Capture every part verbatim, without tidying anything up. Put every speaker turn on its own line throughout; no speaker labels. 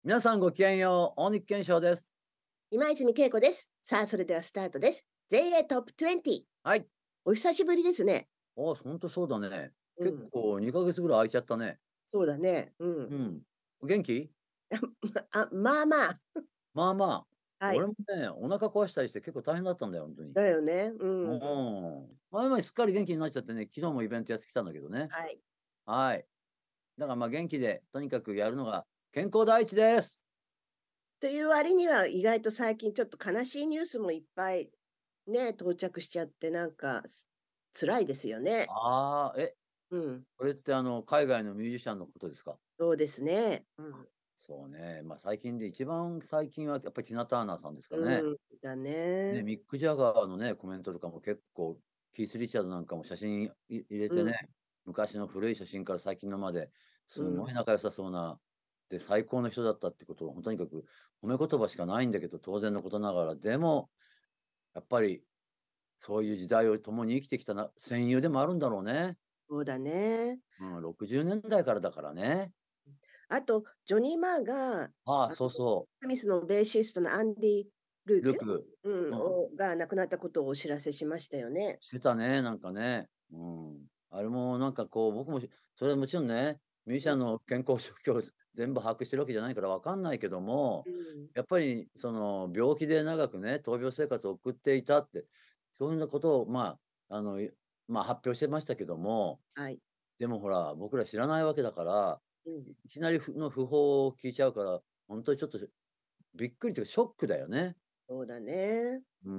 皆さんごきげんよう、大日健翔です。
今泉恵子です。さあ、それではスタートです。ゼーエー トップにじゅう。
はい。
お久しぶりですね。
ああ、ほんとそうだね。結
うん。
構にかげつぐらい空いちゃったね。
そうだね。うん。
うん。お元気？
あ、まあまあ。
まあまあ。
はい。
俺もね、お腹壊したりして結構大変だったんだよ、ほんとに。
だよね。う
う
ん。
ーん。まあまあすっかり元気になっちゃってね、昨日もイベントやってきたんだけどね。
はい。
はい。だからまあ元気で、とにかくやるのが健康第一です。
という割には、意外と最近ちょっと悲しいニュースもいっぱいね、到着しちゃって、なんか、す辛いですよね。
ああ、え、
うん。
これってあの、海外のミュージシャンのことですか？
そうですね。うん。
そうね、ま、最近で一番最近はやっぱりティナ・ターナーさんですかね。
うん、だ
ね、
ね。
ミック・ジャガーのね、コメントとかも結構、キース・リチャードなんかも写真い入れてね、
うん。
昔の古い写真から最近のまで、す
うん。
ごい仲良さそうな、で、最高の人だったってことを、ほんとにかく褒め言葉しかないんだけど、当然のことながら、でも、やっぱり、そういう時代を共に生きてきたな戦友でもあるんだろうね。
そうだね。
うん、ろくじゅうねんだいからだからね。
あと、ジョニー・マーが、
ああ、
あの、
そうそう。
スミスのベーシストのアンディ・ルーク、
ルク、
うん、
うん、
をが亡くなったことをお知らせしましたよね。
してたね、なんかね。うん。あれもなんかこう、僕もしそれはもちろんね、ミュージシャンの健康状況を全部把握してるわけじゃないから分かんないけども、
うん。
やっぱりその病気で長くね、闘病生活を送っていたって、そういうなことを、まあ、あの、いまあ、発表してましたけども、
はい。
でもほら、僕ら知らないわけだから、
うん。
いいきなりふの訃報を聞いちゃうから、ほんとにちょっとびっくりというかショックだよね。
そうだね。
うん。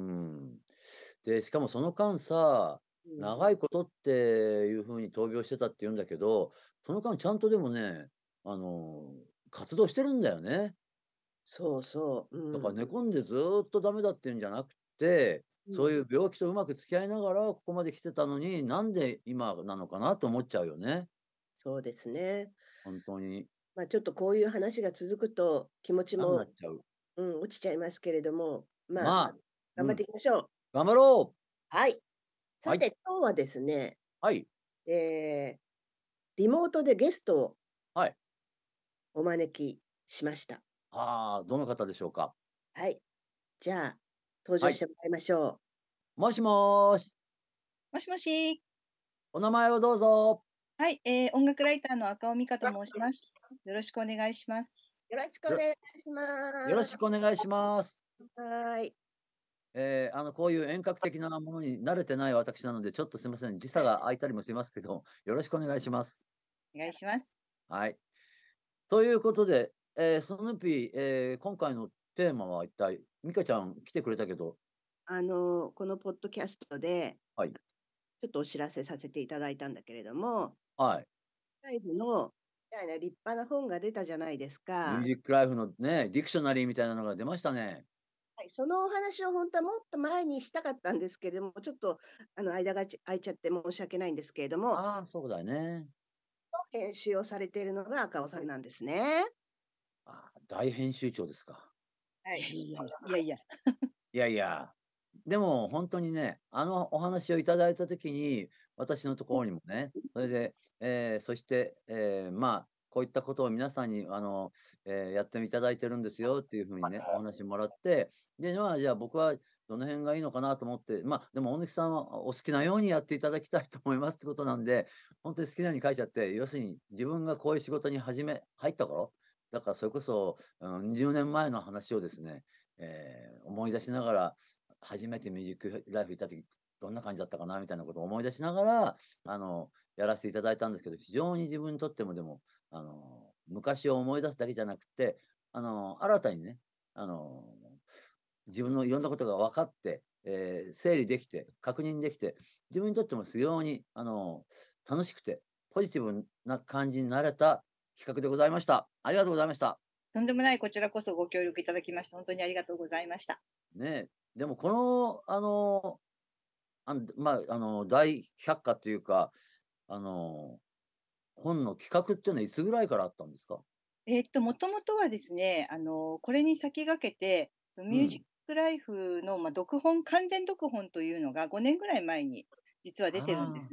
で、しかもその間さ、
うん。
長いことっていう風に闘病してたって言うんだけど、その間ちゃんとでもね、あの、活動してるんだよね。
そうそう。
だから
うん。
寝込んでずっとダメだっていうんじゃなくて、
うん。
そういう病気とうまく付き合いながらここまで来てたのに、なんで今なのかなと思っちゃうよね。
そうですね。
ほんとに。
ま、ちょっとこういう話が続くと、気持ち
嫌んなっ
も、
ちゃう。
うん、落ちちゃいますけれども、まあ、
まあ、
頑張って
うん、
いきましょう。
頑張ろう。
はい。さ
はい、
て、今日はですね、
はい、
ええ、リモートでゲストを
はい。
お招きしました。
ああ、どの方でしょうか？
はい。じゃあ、登
はい。
場してもらいましょう。
もしもし、
もしもし。
お名前をどうぞ。
はい、えー、音楽ライターの赤尾美香と申します。よろしくお願いします。
よろしくお
よ
願いしま
よろしくお願いします。
す。はーい。
えーあの、こういう遠隔的なものに慣れてない私なので、ちょっとすいません、時差が空いたりもしますけど、よろしくお願いします。
お願いします。
はい。ということで、えー、スヌーピー、えー今回のテーマは一体、ミカちゃん来てくれたけど、
あの、このポッドキャストで、
はい、
ちょっとお知らせさせていただいたんだけれども、
はい。
ライブのみたいな立派な本が出たじゃないですか。
ミュージックライフのね、ディクショナリーみたいなのが出ましたね。
はい、そのお話を本当はもっと前にしたかったんですけれども、ちょっとあの間がち空いちゃって申し訳ないんですけれども、
ああ、そうだよね。
編集をされているのが赤尾さんなんですね。
あー大編集長ですか。
はい。
いやいや。
いやいや。
いやいや、でも本当にね、あのお話をいただいた時に、私のところにもね、それで、えーそして、えーまあ、こういったことを皆さんにあの、えーやっていただいてるんですよっていう風にね、お話もらって、で、まあ、じゃあ僕はどの辺がいいのかなと思って、まあ、でも大貫さんはお好きなようにやっていただきたいと思いますってことなんで、本当に好きなように書いちゃって、要するに自分がこういう仕事に始め入った頃、だからそれこそ、うん、にじゅうねんまえの話をですね、えー思い出しながら、初めてミュージックライフ行った時、どんな感じだったかなみたいなことを思い出しながら、あの、やらせていただいたんですけど、非常に自分にとってもでも、あの、昔を思い出すだけじゃなくて、あの、新たにね、あの、自分のいろんなことが分かって、えー整理できて、確認できて、自分にとっても非常に、あの、楽しくて、ポジティブな感じになれた企画でございました。ありがとうございました。
とんでもない、こちらこそご協力いただきまして、本当にありがとうございました。
ねえ。でもこの、あのあの、まあ、あの、大百科っていうか、あの、本の企画っていうのはいつぐらいからあったんですか？
えーっと、もともとはですね、あの、これに先駆けて、ミュージッ
うん。
クライフの、まあ、読本、完全読本というのがごねんぐらい前に実は出てるんで
ああ、
すね。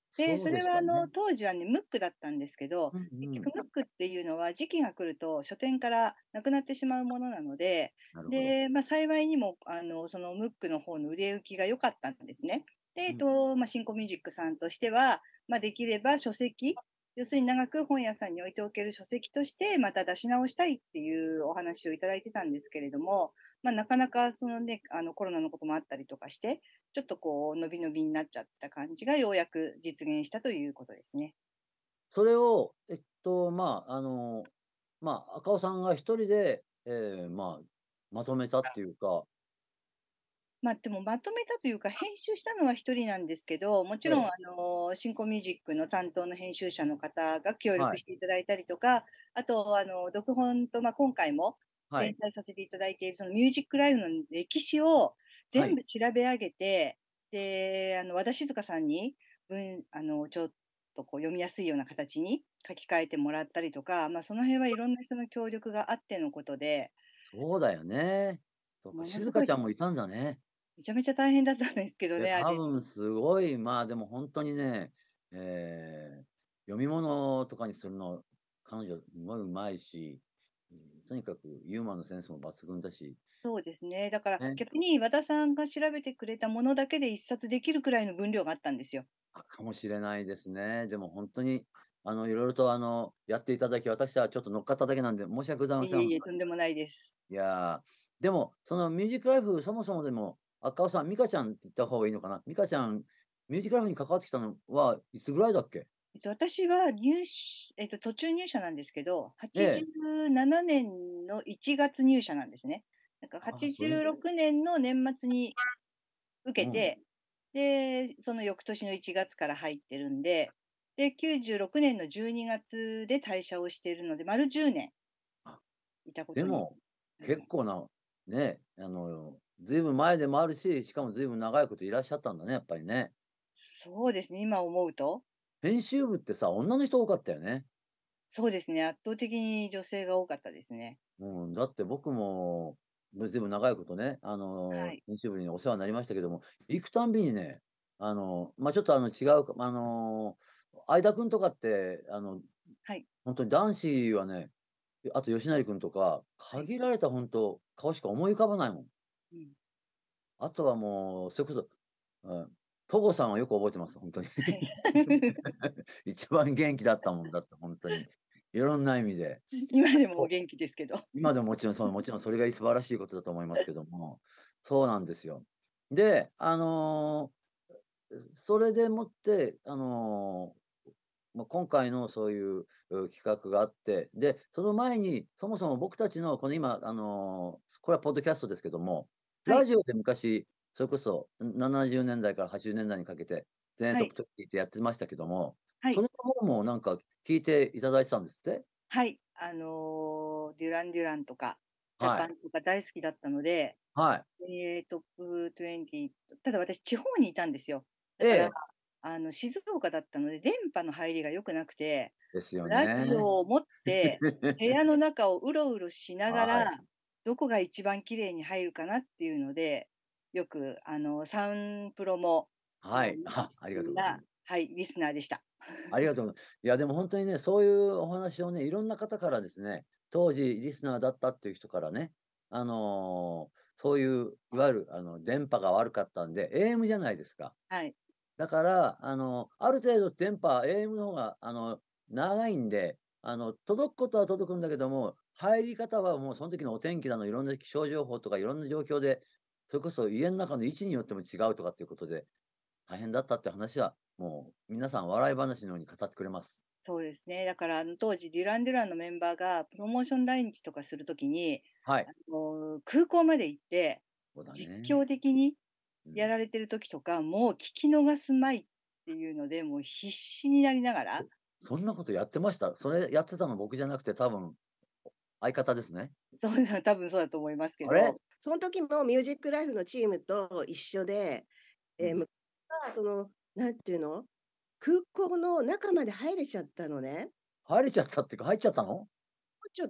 で、
そ
それはあ
うでしたね。
の当時はね、ムックだったんですけど、
うん
結
うん。
局ムックっていうのは時期が来ると書店からなくなってしまうものなので、
なるほど。
で、まあ、幸いにもあのそのムックの方の売れ行きが良かったんですね。で、え
うん。
っと、まあ、新興ミュージックさんとしては、まあ、できれば書籍、要するに長く本屋さんに置いておける書籍としてまた出し直したいっていうお話をいただいてたんですけれども、まあ、なかなかそのね、あのコロナのこともあったりとかして、ちょっとこう、伸び伸びになっちゃった感じがようやく実現したということですね。
それを、えっと、まあ、あの、まあ、赤尾さんが一人で、ええ、まあ、まとめたっていうか、
まあ、でもまとめたというか、編集したのは一人なんですけど、もちろん、あ
ええ、
の、新興ミュージックの担当の編集者の方が協力
はい、
していただいたりとか、あと、あの、読本と、まあ、今回も
はい、
連載させていただいている、そのミュージックライフの歴史を
はい。
全部調べ上げて、で、あの、和田静香さんに、文、あの、ちょっとこう読みやすいような形に書き換えてもらったりとか、まあ、その辺はいろんな人の協力があってのことで、
そうだよね。そうか、
ものすごい、
静香ちゃんもいたんだね。
めちゃめちゃ大変だったんですけど
いや、
ね、あれ。
多分すごい、まあ、でも本当にね、ええ、読み物とかにするの、彼女すごい上手いし、うん、とにかくユーモアのセンスも抜群だし、
そうですね。だから
ね。
逆に和田さんが調べてくれたものだけで一冊できるくらいの分量があったんですよ。
あ、かもしれないですね。でも本当に、あの、色々と、あの、やっていただき、私はちょっと乗っかっただけなんで、申し訳ございません、
いえいえ、
本当に。
とんでもないです。
いや、でも、そのミュージックライフ、そもそもでも、赤尾さん、ミカちゃんって言った方がいいのかな。ミカちゃん、ミュージックライフに関わってきたのはいつぐらいだっけ？
えっと、私は入しえっと、途中入社なんですけど、87
ええ。
年のいちがつ入社なんですね。だから
ああ、それ
はちじゅうろくねんの年末に受
うん。
けて、で、その翌年のいちがつから入ってるんで、で、きゅうじゅうろくねんのじゅうにがつで退社をしているので、丸じゅうね
あ、
んいたことに
でも、
なります。
結構な、ね、あの、ずいぶん前でもあるし、しかもずいぶん長いこといらっしゃったんだね、やっぱりね。
そうですね、今思うと。
編集部ってさ、女の人多かったよね。
そうですね、圧倒的に女性が多かったですね。
うん、だって僕も、ずいぶん長いことね、あの、
はい。
編集部にお世話になりましたけども、行くたんびにね、あの、ま、ちょっとあの違うかあの、相田君とかって、あの、
はい。
ほんとに男子はね、あと吉成君とか、
はい。
限られたほんと、顔しか思い浮かばないもん。
うん。
あとはもう、それこそ、うん、戸郷さんはよく覚えてます、ほんとに。
はい。
一番元気だったもんだって、ほんとに。いろんな意味で。
今でもお
そう。
元気ですけど。
今でももちろんそう、もちろんそれが素晴らしいことだと思いますけども、そうなんですよ。で、あの、それでもって、あの、ま、今回のそういう、う企画があって、で、その前に、そもそも僕たちのこの今、あの、これはポッドキャストですけども、
はい。
ラジオで昔、それこそ、んななじゅうねんだいからはちじゅうねんだいにかけて、全英
はい。
トップテンってやってましたけども、
はい。
それの方もなんか聞いていただいてたんですって？
はい。あの、デュラン・デュランとか、ジャ
はい。
パンとか大好きだったので、
はい。
ええ、トップにじゅう、ただ私地方にいたんですよ。だから、
ええ。
あの、静岡だったので、電波の入りが良くなくて、
ですよ
ラジ
ね。
オを持って部屋の中をうろうろしなが
はい。
ら、どこが一番綺麗に入るかなっていうので、よくあの、サンプロも、あの、
はい。あ、ありがとうございま
な
す。
はい、リスナーでした。
ありがとうございます。いや、でもほんとにね、そういうお話をね、いろんな方からですね、当時リスナーだったっていう人からね、あの、そういういわゆるあの、電波が悪かったんで、エーエム じゃないですか。
はい。
だから、あの、ある程度電波、エーエム の方が、あの、長いんで、あの、届くことは届くんだけども、入り方はもうその時のお天気だの、いろんな気象情報とかいろんな状況で、それこそ家ん中の位置によっても違うとかっていうことで、大変だったって話は、もう皆さん笑い話のように語ってくれます。
そうですね。だからあの当時デュラン・デュランのメンバーがプロモーション来日とかするときに、
はい。
あの、空港まで行って、
そうだ
実
ね。
況的に
うん。
やられてる時とか、もう聞き逃すまいっていうので、もう必死になりながら、
そんなことやってました？それやってたの僕じゃなくて、多分、相方ですね。
そうだ、多分そうだと思いますけ
あれ？
ど、
その時もミュージックライフのチームと一緒で、
うん。
えー、向こうがその、なんていうの、空港の中まで入れちゃったのね。
入れちゃったっていうか、入っちゃったの？
入っちゃって、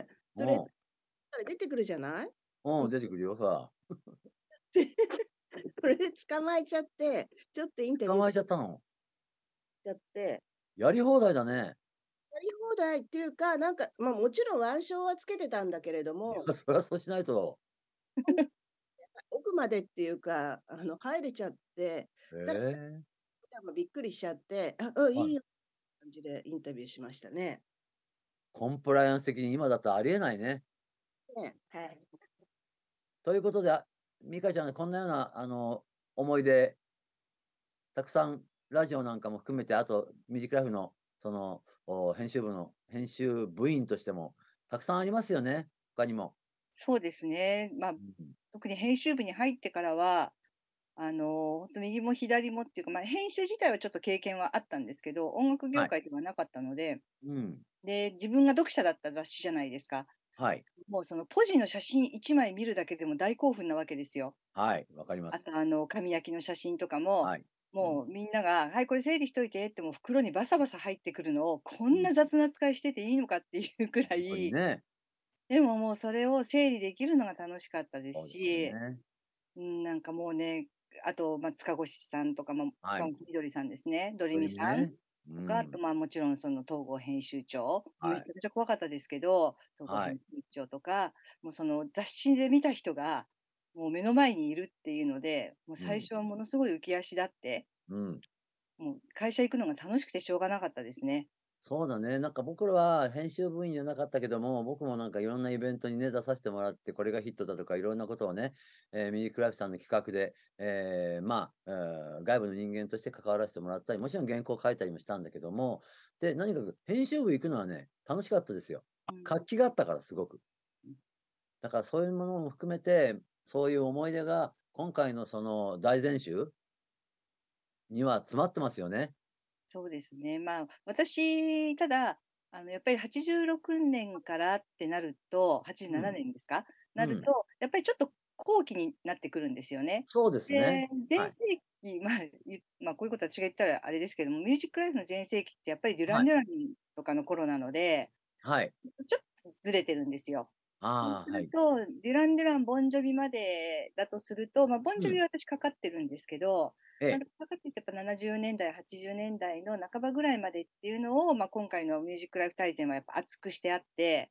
それ、
うん。
出てくるじゃない？
うん、出てくるよ、さあ。
で、それで捕まえちゃって、ちょっとインタビュー
捕まえちゃったの？
ちゃって、
やり放題だね。
やり放題っていうか、なんか、まあ、もちろん腕章はつけてたんだけれど
い
も、
や、そりゃそうしないと。
奥までっていうか、あの、入れちゃって、
へ
だから
え。
もびっくりしちゃって、あ、うん、
はい。
いいよ感じでインタビューしましたね。
コンプライアンス的に今だとありえないね。
ね、はい。
ということで、あ美香ちゃん、こんなような、あの、思い出、たくさんラジオなんかも含めて、あとミュージックライフの、その、お編集部の編集部員としてもたくさんありますよね、他にも。
そうですね。まあ、
うん。
特に編集部に入ってからは、あの、ほんと右も左もっていうか、まあ、編集自体はちょっと経験はあったんですけど、音楽業
はい。
界ではなかったので、
うん。
で、自分が読者だった雑誌じゃないですか。
はい。
もうそのポジの写真いちまい見るだけでも大興奮なわけですよ。
はい、わかります。
あとあの、紙焼きの写真とかも、
はい。うん。
もうみんなが、はい、これ整理しといてってもう袋にバサバサ入ってくるのを、こ
うん。
んな雑な扱いしてていいのかっていうくら
ほんとに
い、
ね。
でももうそれを整理できるのが楽しかったです
そうです
し、
ね。
うん、なんかもうね、あと、ま、塚越さんとかも、
はい。
塚越みどりさんですね、どり
それ
みさん
にね。う
とか、あと、
ん。
まあ、もちろんその統合編集長、
はい。
めちゃくちゃ怖かったですけど、統合
はい。
編集長とか、もうその雑誌で見た人が、もう目の前にいるっていうので、もう
うん。
最初はものすごい浮き足立って、
うん。
もう会社行くのが楽しくてしょうがなかったですね。
そうだね。なんか僕らは編集部員じゃなかったけども、僕もなんかいろんなイベントにね、出させてもらって、これがヒットだとかいろんなことをね、えーミュージックライフさんの企画で、えーまあ、えー外部の人間として関わらせてもらったり、もちろん原稿書いたりもしたんだけども、で、何かく編集部行くのはね、楽しかったですよ。
うん。
活気があったからすごく。だからそういうものも含めて、そういう思い出が今回のその大全集には詰まってますよね。
そうですね。まあ、私、ただ、あの、やっぱりはちじゅうろくねんからってなると、87
うん。
年ですか？
うん。
なると、やっぱりちょっと後期になってくるんですよね。
そうですね。
で、全
はい。
盛期、まあ、ゆまあ、こういうこと私が言ったらあれですけども、ミュージックライフの全盛期ってやっぱりデュラ
はい。
ン・デュランとかの頃なので、
はい。
ちょっとずれてるんですよ。そう
ああ、
す
はい。
ると、デュラン・デュラン、ボンジョビまでだとすると、まあ、ボンジョビ
うん。
は私かかってるんですけど、まあ、
ええ。
かかっててやっぱななじゅうねんだい、はちじゅうねんだいの半ばぐらいまでっていうのを、まあ、今回のミュージックライフ大全はやっぱ熱くしてあって、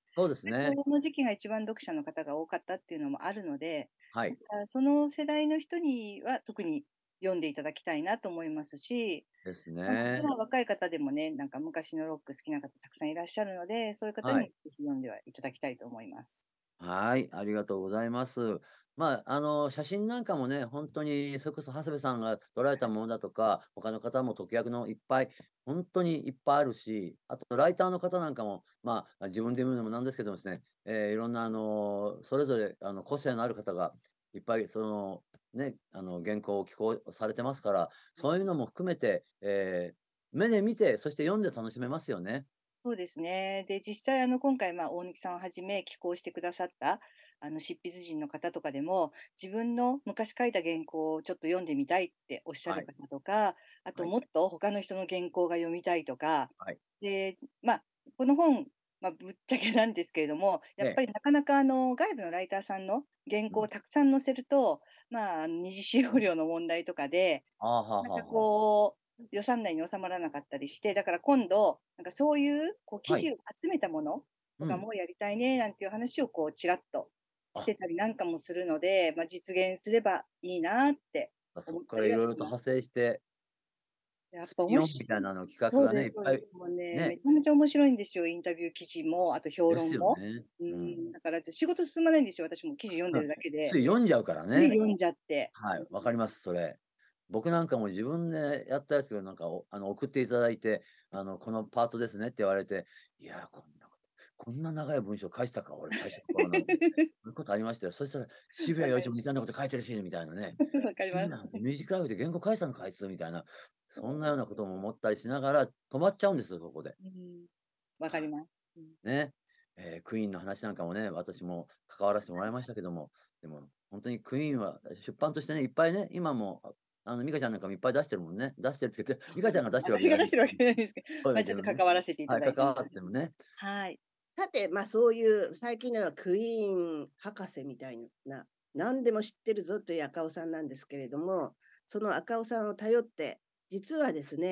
そうですね。
この時期が一番読者の方が多かったっていうのもあるので、
はい。
あ、その世代の人には特に読んでいただきたいなと思いますし、
です
まあ、もち
ね。
ろん若い方でもね、なんか昔のロック好きな方たくさんいらっしゃるので、そういう方にもぜ
はい。
ひ読んではいただきたいと思います。
はい、ありがとうございます。まあ、あの、写真なんかもね、本当にそれこそ長谷部さんが撮られたものだとか、他の方も特約のいっぱい、本当にいっぱいあるし、あとライターの方なんかも、まあ、自分で言うのもなんですけどもですね、えーいろんなあの、それぞれあの個性のある方がいっぱいその、ね、あの、原稿を寄稿されてますから、そういうのも含めて、えー目で見て、そして読んで楽しめますよね。
そうですね。で、実際あの今回、まあ、大貫さんをはじめ寄稿してくださった、あの執筆人の方とかでも、自分の昔書いた原稿をちょっと読んでみたいっておっしゃ
はい、
る方とか、あと
はい、
もっと他の人の原稿が読みたいとか、
はい。
で、まあ、この本、まあ、ぶっちゃけなんですけれども、や
ええ、
っぱりなかなかあの外部のライターさんの原
うん。
稿をたくさん載せると、まあ、二次使用料の問題とかで、
ああ、はあ
なんか
はあはあ。
こう、予算内に収まらなかったりして、だから今度、なんかそういうこう記
はい。
事を集めたものと
うん。
かもやりたいねなんていう話をこうちらっとし
あ、
てたりなんかもするので、まあ、実現すればいいなって
そこからい
思ったりは
ろいろと派
してます。
生して、
やっ
スピンオフ
ぱおもし
みたいなの企画がね、
そうで
いっぱい
すそうです。もうね、め
ね、
ちゃめちゃ面白いんですよ、インタビュー記事も、あと評
です
論も。
よね。
う
うん。
ん、だから仕事進まないんですよ、私も記事読んでるだけで。
つい読んじゃうからね。
つい読んじゃって。
はい、
うん。
わかります、それ。僕なんかも自分でやったやつをなんか、おあの、送っていただいて、あの、このパートですねって言われて、いや、こんなことこんな長い文章書いてたか、俺最初の頃なんて。そういうことありましたよ。そしたら、渋谷陽一も似たようなこと書いてるし、みたいなね。
わかります。
渋谷ミュージックライブで原稿書いてたのか、あいつみたいな。そんなようなことも思ったりしながら止まっちゃうんですよ、そこで。
うん、わか
はい。
ります。うん。
ね。えークイーンの話なんかもね、私も関わらせてもらいましたけども、でも本当にクイーンは出版としてね、いっぱいね、今も、ああの、ミカちゃんなんかもいっぱい出してるもんね。出してるって言って、ミカちゃんが出してるわけじゃないんですけど、
私が出してるわけじゃないんですけど、
そう
まあ、ちょっと
だけどね。
関わらせていた
はい、
だいてます。
関わってもね。
はい。
さて、まあ、そういう最近ではクイーン博士みたいな、何でも知ってるぞという赤尾さんなんですけれども、その赤尾さんを頼って、実はですね、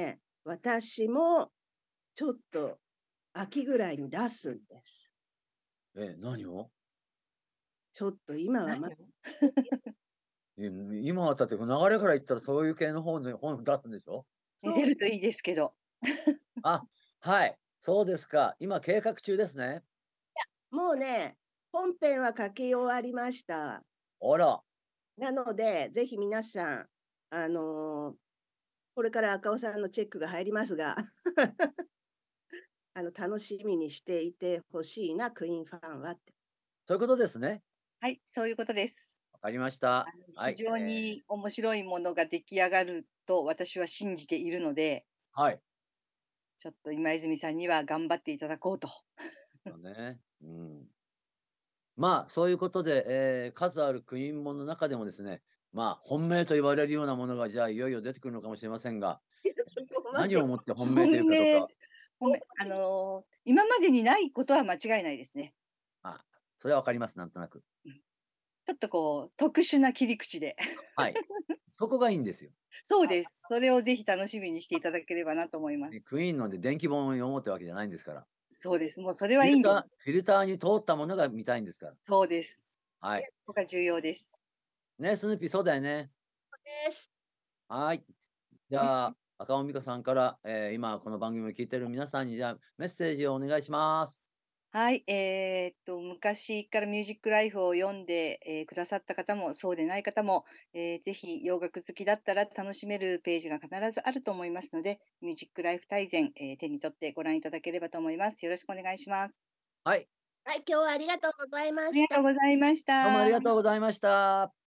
私もちょっと秋ぐらいに出すんです。
え、何を
ちょっと今はま
何を
え今はだって流れから言ったらそういう系の本の本を出すんでしょ
ね
そう
出るといいですけど。
あ、はい。そうですか。今計画中ですね。
もうね、本編は書き終わりました。
あら、
なので、ぜひ皆さん、あのーこれから赤尾さんのチェックが入りますが、あの楽しみにしていてほしいな、クイーンファンはって。
そういうことですね。
はい、そういうことです。
わかりました。
あの
はい。
非常
え
に面白いものが出来上がると私は信じているので、
ーはい。
ちょっと今泉さんには頑張っていただこうと。
そうね。うん。まあ、そういうことで、えー数あるクイーンもの中でもですね、まあ、本命と言われるようなものが、じゃあ、いよいよ出てくるのかもしれませんが、
そこま
何
で。
をもって本
本
命というかどう
命、
か、
本命、あのー今までにないことは間違いないですね。
あ、それはわかります、なんとなく。
ちょっとこう、特殊な切り口で。
はい。そこがいいんですよ。
そうです。それをぜひ楽しみにしていただければなと思います。
ねクイーンので電気本を読もうってわけじゃないんですから。
そうです。もうそれはいいんで
フィルター
す。
フィルターに通ったものが見たいんですから。
そうです。
はい。
そこが重要です。
ね、スヌーピー、そうだよね。
です。
はい。じゃあ、赤尾美香さんから、えー今この番組を聞いている皆さんに、じゃあ、メッセージをお願いします。
はい、えーっと、昔からミュージックライフを読んで、えーくださった方も、そうでない方も、えーぜひ洋楽好きだったら楽しめるページが必ずあると思いますので、ミュージックライフ大全、えー手に取ってご覧いただければと思います。よろしくお願いします。
はい。
はい、今日はありがとうございま
ありが
した。
とうございまし
どうもあり
た。
がとうございました。